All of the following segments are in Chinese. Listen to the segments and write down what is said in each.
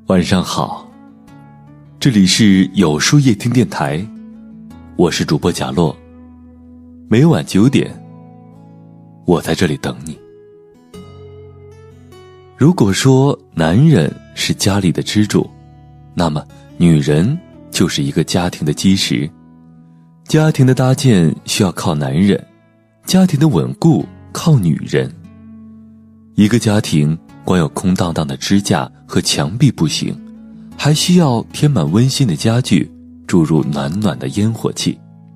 晚上好，这里是有书夜听电台，我是主播贾洛。每晚9点，我在这里等你。如果说男人是家里的支柱，那么女人就是一个家庭的基石。家庭的搭建需要靠男人，家庭的稳固靠女人。一个家庭光有空荡荡的支架和墙壁不行，还需要添满温馨的家具，注入暖暖的烟火气。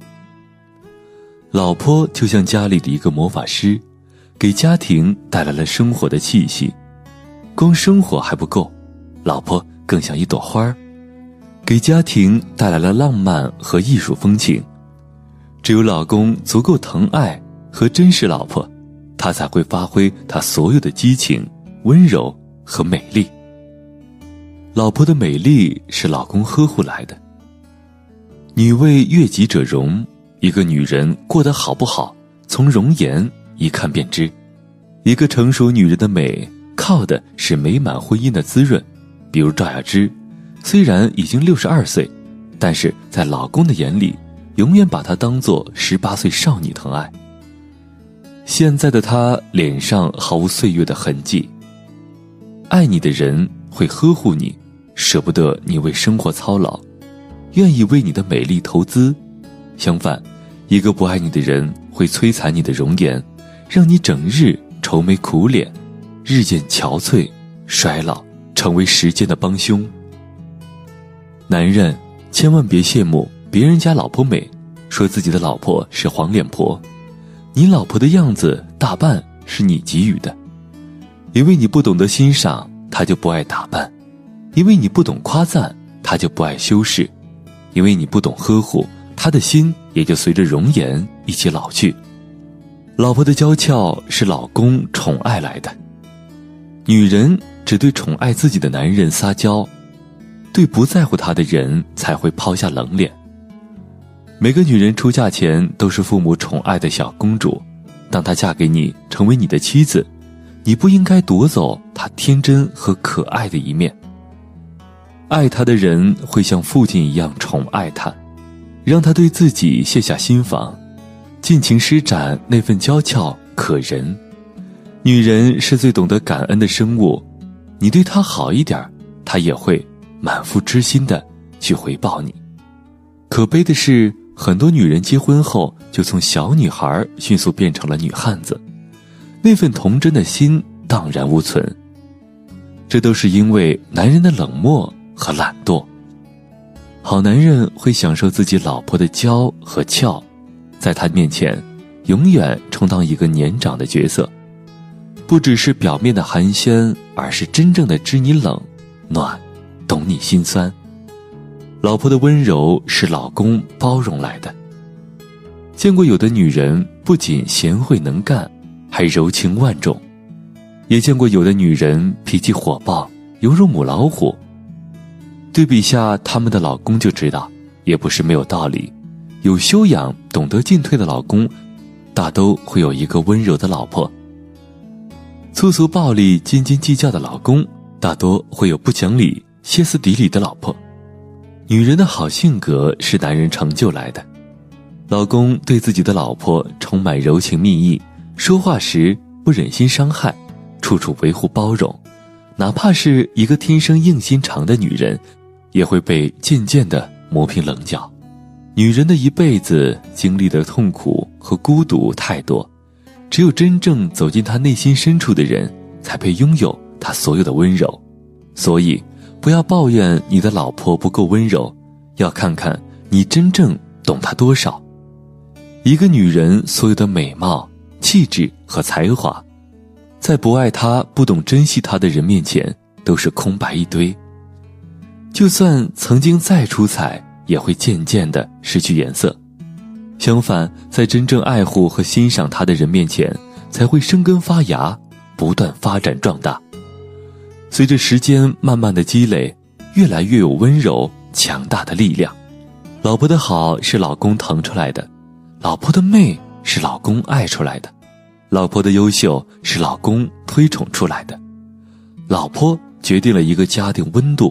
老婆就像家里的一个魔法师，给家庭带来了生活的气息。光生活还不够，老婆更像一朵花，给家庭带来了浪漫和艺术风情。只有老公足够疼爱和珍视老婆，他才会发挥他所有的激情、温柔和美丽。老婆的美丽是老公呵护来的。女为悦己者容，一个女人过得好不好，从容颜一看便知。一个成熟女人的美，靠的是美满婚姻的滋润。比如赵雅芝，虽然已经62岁，但是在老公的眼里，永远把她当作18岁少女疼爱。现在的她脸上毫无岁月的痕迹。爱你的人会呵护你，舍不得你为生活操劳，愿意为你的美丽投资。相反，一个不爱你的人会摧残你的容颜，让你整日愁眉苦脸，日渐憔悴衰老，成为时间的帮凶。男人千万别羡慕别人家老婆美，说自己的老婆是黄脸婆。你老婆的样子大半是你给予的。因为你不懂得欣赏，她就不爱打扮；因为你不懂夸赞，她就不爱修饰；因为你不懂呵护，她的心也就随着容颜一起老去。老婆的娇俏是老公宠爱来的。女人只对宠爱自己的男人撒娇，对不在乎她的人才会抛下冷脸。每个女人出嫁前都是父母宠爱的小公主，当她嫁给你，成为你的妻子，你不应该夺走她天真和可爱的一面。爱她的人会像父亲一样宠爱她，让她对自己卸下心防，尽情施展那份娇俏可人。女人是最懂得感恩的生物，你对她好一点，她也会满腹知心的去回报你。可悲的是，很多女人结婚后就从小女孩迅速变成了女汉子，那份童真的心荡然无存。这都是因为男人的冷漠和懒惰。好男人会享受自己老婆的娇和俏，在他面前永远充当一个年长的角色，不只是表面的寒暄，而是真正的知你冷暖，懂你心酸。老婆的温柔是老公包容来的。见过有的女人不仅贤惠能干，还柔情万种，也见过有的女人脾气火爆，犹如母老虎。对比下他们的老公就知道，也不是没有道理。有修养懂得进退的老公，大都会有一个温柔的老婆。粗俗暴力斤斤计较的老公，大多会有不讲理歇斯底里的老婆。女人的好性格是男人成就来的。老公对自己的老婆充满柔情蜜意，说话时不忍心伤害，处处维护包容。哪怕是一个天生硬心肠的女人，也会被渐渐地磨平棱角。女人的一辈子经历的痛苦和孤独太多，只有真正走进她内心深处的人，才配拥有她所有的温柔。所以不要抱怨你的老婆不够温柔，要看看你真正懂她多少。一个女人所有的美貌、气质和才华，在不爱她、不懂珍惜她的人面前，都是空白一堆。就算曾经再出彩，也会渐渐地失去颜色。相反，在真正爱护和欣赏她的人面前，才会生根发芽，不断发展壮大。随着时间慢慢的积累，越来越有温柔强大的力量。老婆的好是老公疼出来的，老婆的媚是老公爱出来的，老婆的优秀是老公推崇出来的。老婆决定了一个家庭温度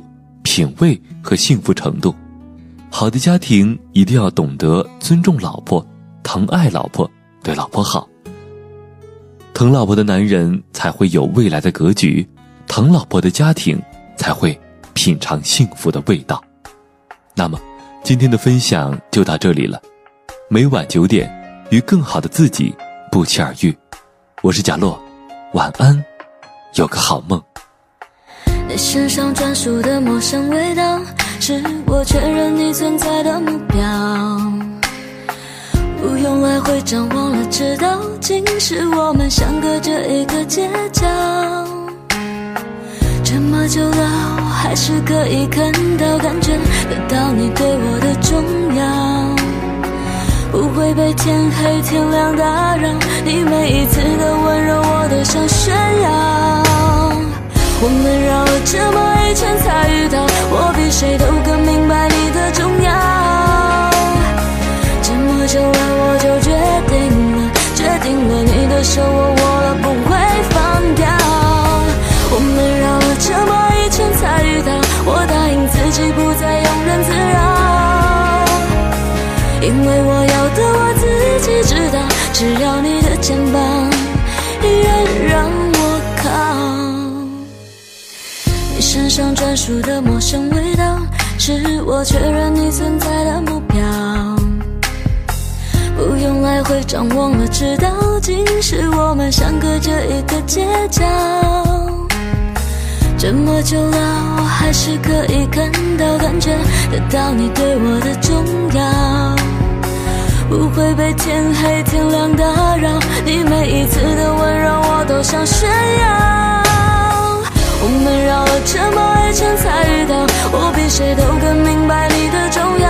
品味和幸福程度。好的家庭一定要懂得尊重老婆，疼爱老婆，对老婆好。疼老婆的男人才会有未来的格局，疼老婆的家庭才会品尝幸福的味道。那么今天的分享就到这里了，每晚9点与更好的自己不期而遇。我是贾洛，晚安，有个好梦。 你身上专属的陌生味道，是我确认你存在的目标，不用来回张望了知道，竟是我们相隔着一个街角。这么久了，我还是可以看到感觉得到你对我的重要，不会被天黑天亮打扰，你每一次的温柔我都想炫耀。我们绕了这么一圈才遇到，我比谁都更明白你的重要。这么久了我就决定了你的手我握了不会放掉。我们绕了这么一圈才遇到，我答应自己不再庸人自扰，因为我要的我自己知道，只要你的肩膀依然让我靠。你身上专属的陌生味道，是我确认你存在的目标，不用来回张望了知道，竟是我们相隔着一个街角。这么久了，我还是可以看到感觉得到你对我的重要，不会被天黑天亮打扰，你每一次的温柔我都想炫耀。我们绕了这么一圈才遇到，我比谁都更明白你的重要。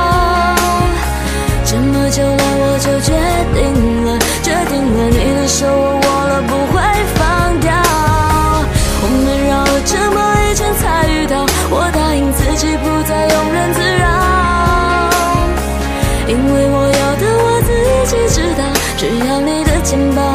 这么久了我就决定了你的手我握了不会放掉。我们绕了这么一圈才遇到，我答应自己不再庸人自扰，因为我要的我自己知道，只要你的肩膀